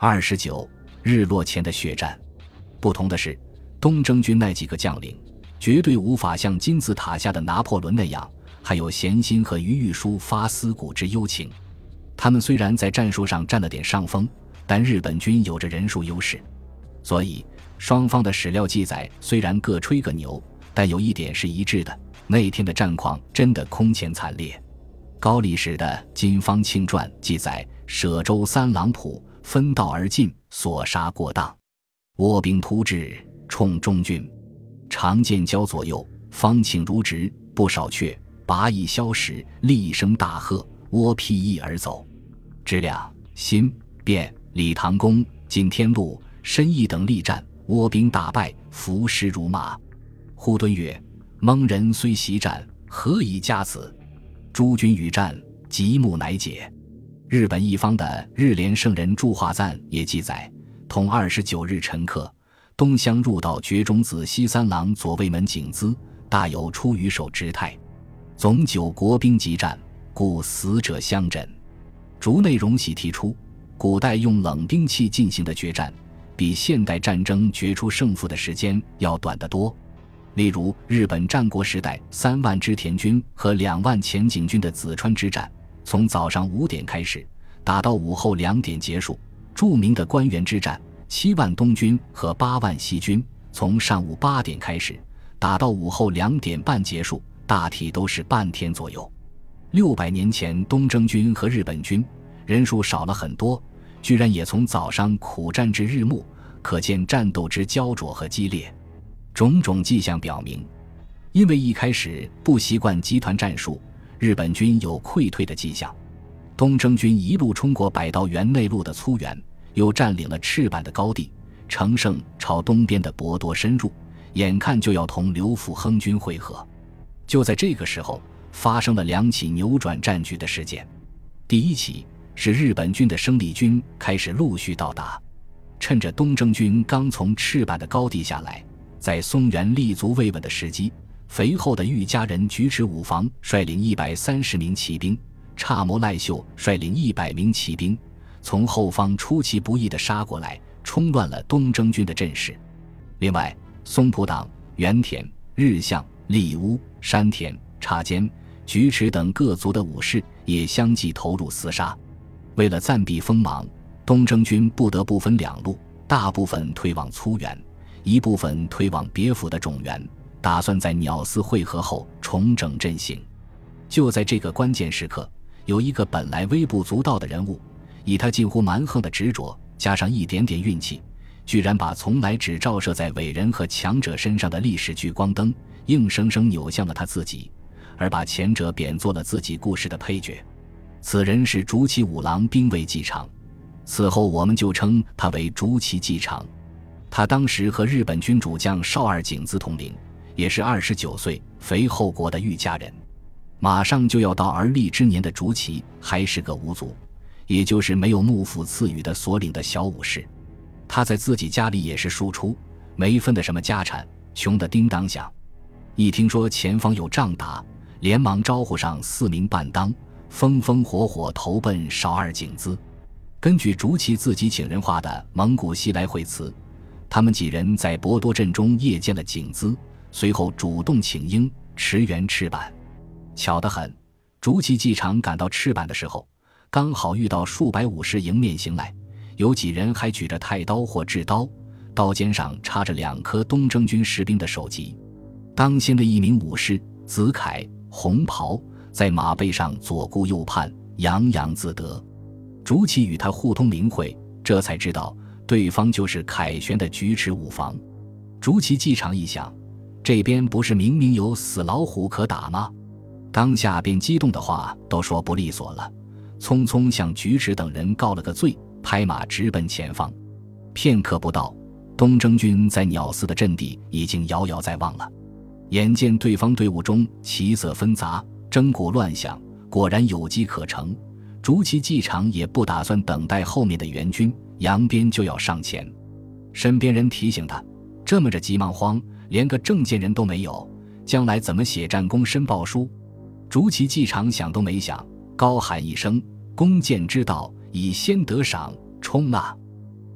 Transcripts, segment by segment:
29日落前的血战。不同的是，东征军那几个将领绝对无法像金字塔下的拿破仑那样还有闲心和余裕抒发思古之幽情。他们虽然在战术上占了点上风，但日本军有着人数优势，所以双方的史料记载虽然各吹个牛，但有一点是一致的，那天的战况真的空前惨烈。高力士的《金方庆传》记载，舍州三郎浦分道而进，所杀过当，倭兵突至，冲中军，长剑交左右，方庆如直，不少却拔翼消失，厉声大喝，倭披翼而走。知两、新、卞、李唐公、锦天路、申义等力战，倭兵大败，伏尸如麻。护敦曰：蒙人虽习战，何以加此？诸军与战，极目乃解。日本一方的日莲圣人著画赞也记载，同29日晨刻，东乡入道绝中子西三郎左卫门景资，大有出于手之态。总9国兵激战，故死者相枕。竹内荣喜提出，古代用冷兵器进行的决战，比现代战争决出胜负的时间要短得多。例如日本战国时代3万织田军和2万前景军的紫川之战，从早上5点开始，打到午后2点结束。著名的关原之战，7万东军和8万西军，从上午8点开始，打到午后2点半结束，大体都是半天左右。600年前东征军和日本军人数少了很多，居然也从早上苦战至日暮，可见战斗之焦灼和激烈。种种迹象表明，因为一开始不习惯集团战术，日本军有溃退的迹象。东征军一路冲过百道原内陆的粗原，又占领了赤坂的高地，乘胜朝东边的博多深入，眼看就要同刘福亨军会合。就在这个时候，发生了2起扭转战局的事件。第一起是日本军的生力军开始陆续到达，趁着东征军刚从赤坂的高地下来，在松原立足未稳的时机，肥厚的御家人菊池武房率领130名骑兵，差摩赖秀率领100名骑兵，从后方出其不意地杀过来，冲乱了东征军的阵势。另外，松浦党、原田、日向、立屋、山田、插间、菊池等各族的武士也相继投入厮杀。为了暂避锋芒，东征军不得不分2路，大部分退往粗原，一部分退往别府的种原，打算在鸟栖会合后重整阵型。就在这个关键时刻，有一个本来微不足道的人物，以他近乎蛮横的执着，加上一点点运气，居然把从来只照射在伟人和强者身上的历史聚光灯硬生生扭向了他自己，而把前者贬作了自己故事的配角。此人是竹崎五郎兵卫纪长，此后我们就称他为竹崎纪长。他当时和日本军主将少二景资同龄，也是29岁肥厚国的御家人。马上就要到而立之年的竹崎还是个无族，也就是没有幕府赐予的所领的小武士。他在自己家里也是庶出，没分的什么家产，穷得叮当响。一听说前方有仗打，连忙招呼上4名伴当，风风火火投奔少二景资。根据竹崎自己请人画的蒙古西来会词，他们几人在博多镇中夜见了景资，随后主动请缨驰援赤坂。巧得很，竹崎纪长赶到赤坂的时候，刚好遇到数百武士迎面行来，有几人还举着太刀或制刀，刀尖上插着2颗东征军士兵的首级。当先的一名武士紫铠红袍，在马背上左顾右盼，洋洋自得。竹崎与他互通灵会，这才知道对方就是凯旋的菊池武房。竹崎纪长一想，这边不是明明有死老虎可打吗？当下便激动的话都说不利索了，匆匆向菊池等人告了个罪，拍马直奔前方。片刻不到，东征军在鸟栖的阵地已经遥遥在望了。眼见对方队伍中旗色纷杂，征鼓乱响，果然有机可乘。竹崎纪长也不打算等待后面的援军，扬鞭就要上前。身边人提醒他，这么着急忙慌，连个证件人都没有，将来怎么写战功申报书？竹崎纪长想都没想，高喊一声，弓箭之道，以先得赏，冲啊！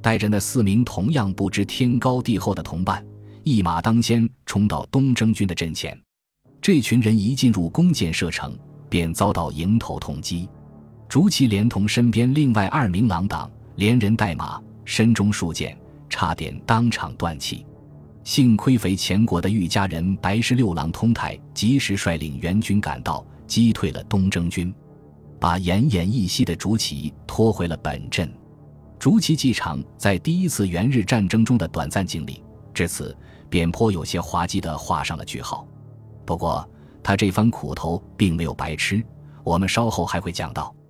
带着那4名同样不知天高地厚的同伴，一马当先冲到东征军的阵前。这群人一进入弓箭射程，便遭到迎头痛击。竹崎连同身边另外2名狼党连人带马，身中数箭，差点当场断气。幸亏肥前国的御家人白石六郎通太及时率领援军赶到，击退了东征军，把奄奄一息的竹崎拖回了本阵。竹崎继长在第1次援日战争中的短暂经历，至此便颇有些滑稽地画上了句号。不过他这番苦头并没有白吃，我们稍后还会讲到。